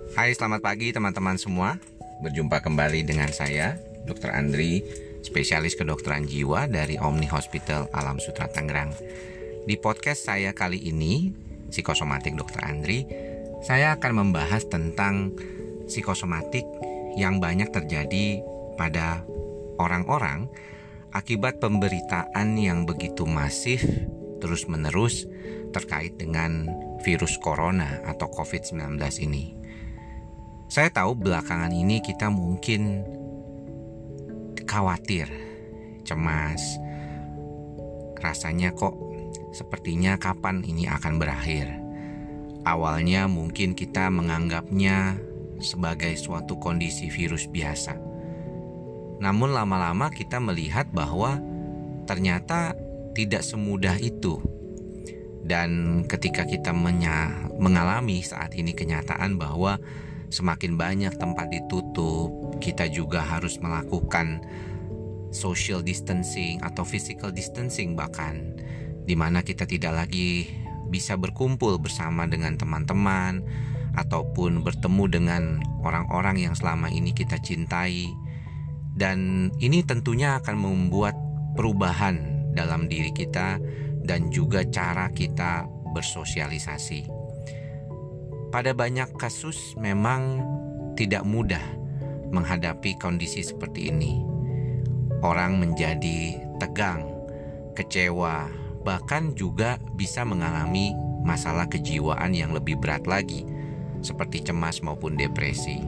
Hai, selamat pagi teman-teman semua. Berjumpa kembali dengan saya, Dr. Andri, spesialis kedokteran jiwa dari Omni Hospital Alam Sutera Tangerang. Di podcast saya kali ini, Psikosomatik Dr. Andri, saya akan membahas tentang psikosomatik yang banyak terjadi pada orang-orang akibat pemberitaan yang begitu masif terus-menerus terkait dengan virus corona atau COVID-19 ini. Saya tahu belakangan ini kita mungkin khawatir, cemas, rasanya kok sepertinya kapan ini akan berakhir. Awalnya mungkin kita menganggapnya sebagai suatu kondisi virus biasa. Namun lama-lama kita melihat bahwa ternyata tidak semudah itu. Dan ketika kita mengalami saat ini kenyataan bahwa semakin banyak tempat ditutup, kita juga harus melakukan social distancing atau physical distancing bahkan, di mana kita tidak lagi bisa berkumpul bersama dengan teman-teman ataupun bertemu dengan orang-orang yang selama ini kita cintai. Dan ini tentunya akan membuat perubahan dalam diri kita dan juga cara kita bersosialisasi. Pada banyak kasus memang tidak mudah menghadapi kondisi seperti ini. Orang menjadi tegang, kecewa, bahkan juga bisa mengalami masalah kejiwaan yang lebih berat lagi, seperti cemas maupun depresi.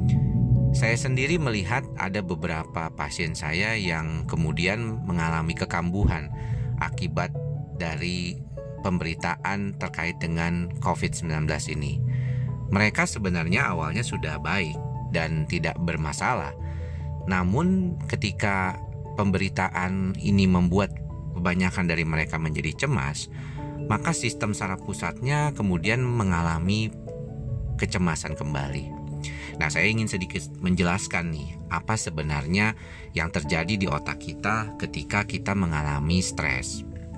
Saya sendiri melihat ada beberapa pasien saya yang kemudian mengalami kekambuhan akibat dari pemberitaan terkait dengan COVID-19 ini. Mereka sebenarnya awalnya sudah baik dan tidak bermasalah. Namun ketika pemberitaan ini membuat kebanyakan dari mereka menjadi cemas, maka sistem saraf pusatnya kemudian mengalami kecemasan kembali. Nah, saya ingin sedikit menjelaskan nih, apa sebenarnya yang terjadi di otak kita ketika kita mengalami stres.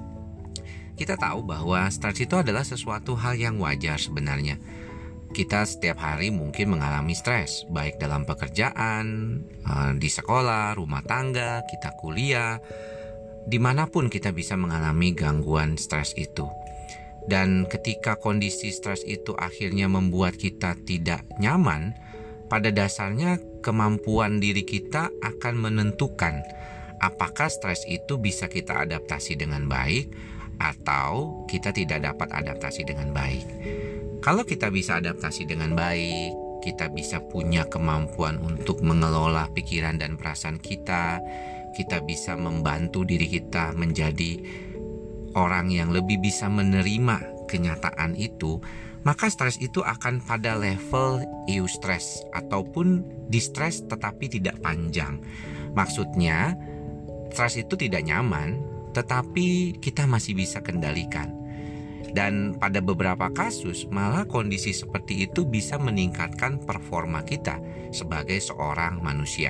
Kita tahu bahwa stres itu adalah sesuatu hal yang wajar sebenarnya. Kita setiap hari mungkin mengalami stres, baik dalam pekerjaan, di sekolah, rumah tangga, kita kuliah, dimanapun kita bisa mengalami gangguan stres itu. Dan ketika kondisi stres itu akhirnya membuat kita tidak nyaman, pada dasarnya kemampuan diri kita akan menentukan apakah stres itu bisa kita adaptasi dengan baik atau kita tidak dapat adaptasi dengan baik. Kalau kita bisa adaptasi dengan baik, kita bisa punya kemampuan untuk mengelola pikiran dan perasaan kita bisa membantu diri kita menjadi orang yang lebih bisa menerima kenyataan itu, maka stres itu akan pada level eustress ataupun distress tetapi tidak panjang. Maksudnya, stres itu tidak nyaman, tetapi kita masih bisa kendalikan. Dan pada beberapa kasus malah kondisi seperti itu bisa meningkatkan performa kita sebagai seorang manusia.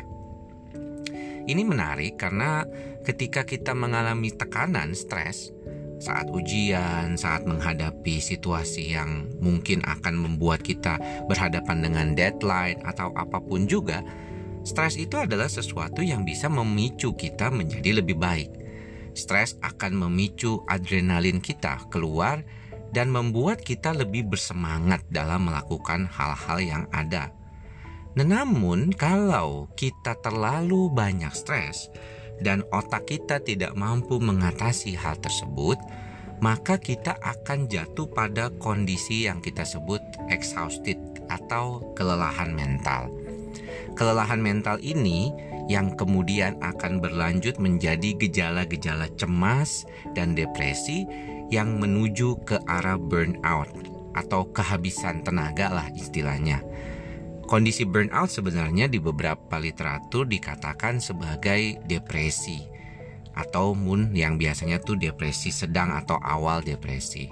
Ini menarik karena ketika kita mengalami tekanan stres saat ujian, saat menghadapi situasi yang mungkin akan membuat kita berhadapan dengan deadline atau apapun juga, stres itu adalah sesuatu yang bisa memicu kita menjadi lebih baik. Stres akan memicu adrenalin kita keluar dan membuat kita lebih bersemangat dalam melakukan hal-hal yang ada. Namun kalau kita terlalu banyak stres dan otak kita tidak mampu mengatasi hal tersebut, maka kita akan jatuh pada kondisi yang kita sebut exhausted atau kelelahan mental. Kelelahan mental ini yang kemudian akan berlanjut menjadi gejala-gejala cemas dan depresi yang menuju ke arah burnout atau kehabisan tenaga lah istilahnya. Kondisi burnout sebenarnya di beberapa literatur dikatakan sebagai depresi ataupun yang biasanya tuh depresi sedang atau awal depresi.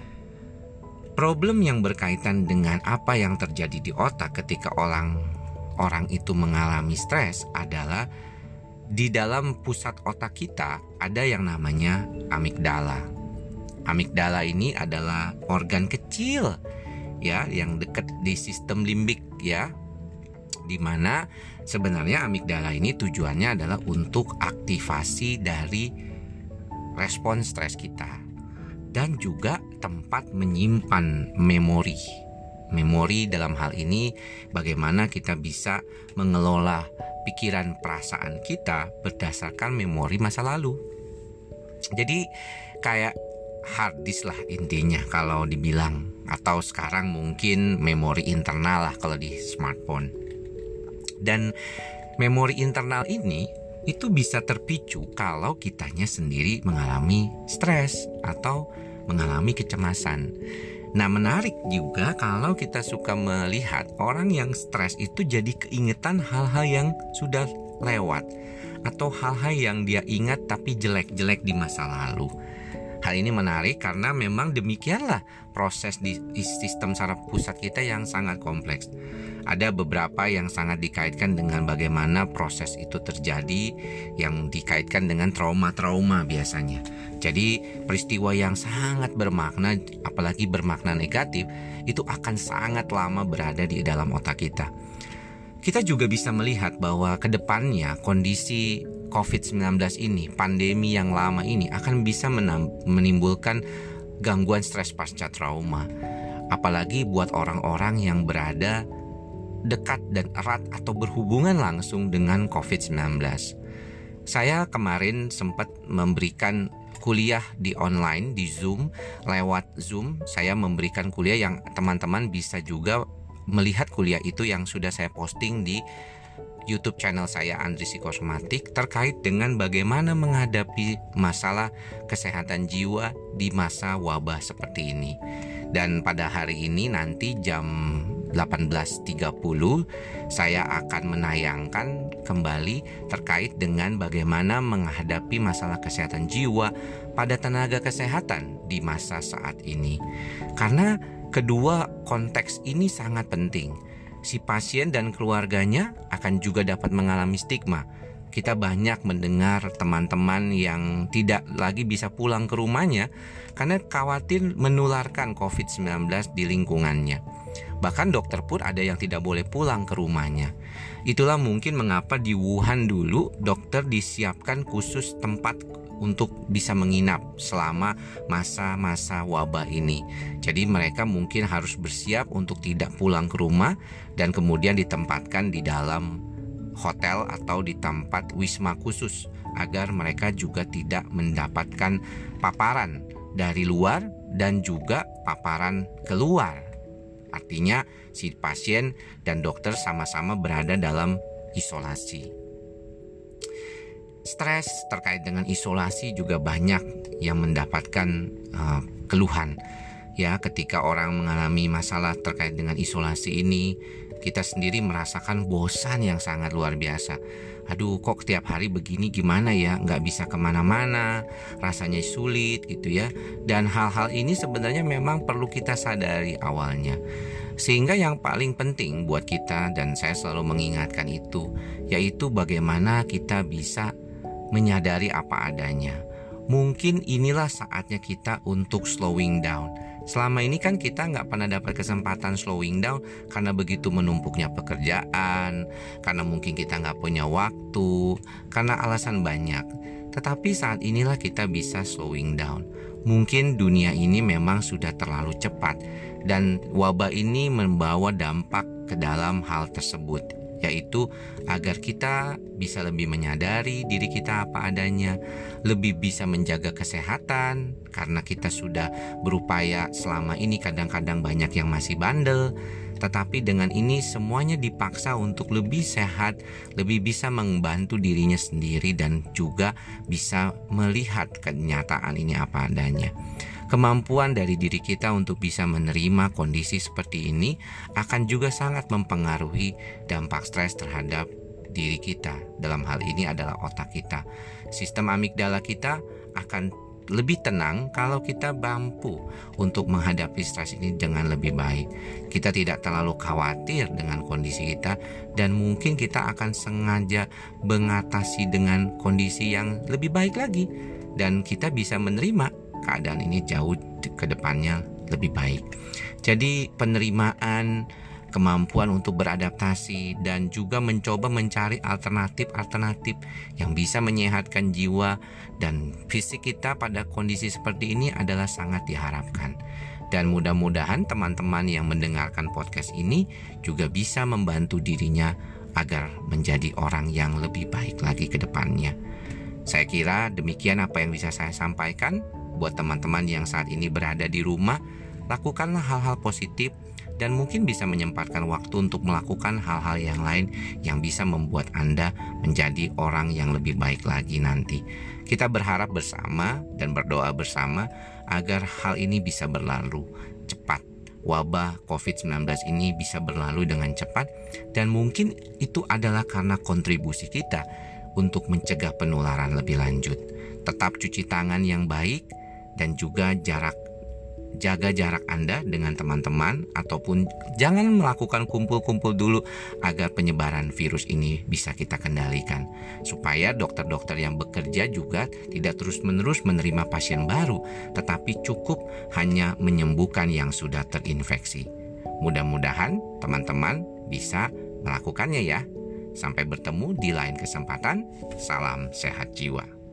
Problem yang berkaitan dengan apa yang terjadi di otak ketika orang itu mengalami stres adalah di dalam pusat otak kita ada yang namanya amigdala. Amigdala ini adalah organ kecil ya, yang dekat di sistem limbik ya, di mana sebenarnya amigdala ini tujuannya adalah untuk aktivasi dari respon stres kita dan juga tempat menyimpan memori. Memori dalam hal ini bagaimana kita bisa mengelola pikiran perasaan kita berdasarkan memori masa lalu. Jadi kayak hard disk lah intinya kalau dibilang, atau sekarang mungkin memori internal lah kalau di smartphone. Dan memori internal ini itu bisa terpicu kalau kitanya sendiri mengalami stres atau mengalami kecemasan. Nah, menarik juga kalau kita suka melihat orang yang stres itu jadi keingetan hal-hal yang sudah lewat atau hal-hal yang dia ingat tapi jelek-jelek di masa lalu. Hal ini menarik karena memang demikianlah proses di sistem saraf pusat kita yang sangat kompleks. Ada beberapa yang sangat dikaitkan dengan bagaimana proses itu terjadi, yang dikaitkan dengan trauma-trauma biasanya. Jadi peristiwa yang sangat bermakna, apalagi bermakna negatif, itu akan sangat lama berada di dalam otak kita. Kita juga bisa melihat bahwa ke depannya kondisi COVID-19 ini, pandemi yang lama ini akan bisa menimbulkan gangguan stres pasca trauma. Apalagi buat orang-orang yang berada dekat dan erat atau berhubungan langsung dengan COVID-19. Saya kemarin sempat memberikan kuliah di online, di Zoom. Lewat Zoom, saya memberikan kuliah yang teman-teman bisa juga melihat kuliah itu yang sudah saya posting di YouTube channel saya, Andri Psikosomatik, terkait dengan bagaimana menghadapi masalah kesehatan jiwa di masa wabah seperti ini. Dan pada hari ini nanti jam 18.30 saya akan menayangkan kembali terkait dengan bagaimana menghadapi masalah kesehatan jiwa pada tenaga kesehatan di masa saat ini. Karena kedua konteks ini sangat penting. Si pasien dan keluarganya akan juga dapat mengalami stigma. Kita banyak mendengar teman-teman yang tidak lagi bisa pulang ke rumahnya karena khawatir menularkan COVID-19 di lingkungannya. Bahkan dokter pun ada yang tidak boleh pulang ke rumahnya. Itulah mungkin mengapa di Wuhan dulu dokter disiapkan khusus tempat untuk bisa menginap selama masa-masa wabah ini. Jadi mereka mungkin harus bersiap untuk tidak pulang ke rumah dan kemudian ditempatkan di dalam hotel atau di tempat wisma khusus agar mereka juga tidak mendapatkan paparan dari luar dan juga paparan keluar. Artinya si pasien dan dokter sama-sama berada dalam isolasi. Stres terkait dengan isolasi juga banyak yang mendapatkan keluhan. Ya, ketika orang mengalami masalah terkait dengan isolasi ini, kita sendiri merasakan bosan yang sangat luar biasa. Aduh, kok tiap hari begini, gimana ya, nggak bisa kemana-mana, rasanya sulit gitu ya. Dan hal-hal ini sebenarnya memang perlu kita sadari awalnya. Sehingga yang paling penting buat kita, dan saya selalu mengingatkan itu, yaitu bagaimana kita bisa menyadari apa adanya. Mungkin inilah saatnya kita untuk slowing down. Selama ini kan kita nggak pernah dapat kesempatan slowing down karena begitu menumpuknya pekerjaan, karena mungkin kita nggak punya waktu, karena alasan banyak. Tetapi saat inilah kita bisa slowing down. Mungkin dunia ini memang sudah terlalu cepat dan wabah ini membawa dampak ke dalam hal tersebut, yaitu agar kita bisa lebih menyadari diri kita apa adanya, lebih bisa menjaga kesehatan karena kita sudah berupaya selama ini, kadang-kadang banyak yang masih bandel. Tetapi dengan ini semuanya dipaksa untuk lebih sehat, lebih bisa membantu dirinya sendiri dan juga bisa melihat kenyataan ini apa adanya. Kemampuan dari diri kita untuk bisa menerima kondisi seperti ini akan juga sangat mempengaruhi dampak stres terhadap diri kita. Dalam hal ini adalah otak kita. Sistem amigdala kita akan lebih tenang kalau kita mampu untuk menghadapi stres ini dengan lebih baik. Kita tidak terlalu khawatir dengan kondisi kita dan mungkin kita akan sengaja mengatasi dengan kondisi yang lebih baik lagi dan kita bisa menerima keadaan ini jauh ke depannya lebih baik. Jadi penerimaan, kemampuan untuk beradaptasi, dan juga mencoba mencari alternatif yang bisa menyehatkan jiwa dan fisik kita pada kondisi seperti ini adalah sangat diharapkan. Dan mudah-mudahan teman-teman yang mendengarkan podcast ini juga bisa membantu dirinya agar menjadi orang yang lebih baik lagi ke depannya. Saya kira demikian apa yang bisa saya sampaikan. Buat teman-teman yang saat ini berada di rumah, lakukanlah hal-hal positif dan mungkin bisa menyempatkan waktu untuk melakukan hal-hal yang lain yang bisa membuat Anda menjadi orang yang lebih baik lagi nanti. Kita berharap bersama dan berdoa bersama agar hal ini bisa berlalu cepat. Wabah COVID-19 ini bisa berlalu dengan cepat, dan mungkin itu adalah karena kontribusi kita untuk mencegah penularan lebih lanjut. Tetap cuci tangan yang baik dan juga jaga jarak Anda dengan teman-teman, ataupun jangan melakukan kumpul-kumpul dulu agar penyebaran virus ini bisa kita kendalikan. Supaya dokter-dokter yang bekerja juga tidak terus-menerus menerima pasien baru, tetapi cukup hanya menyembuhkan yang sudah terinfeksi. Mudah-mudahan teman-teman bisa melakukannya ya. Sampai bertemu di lain kesempatan. Salam sehat jiwa.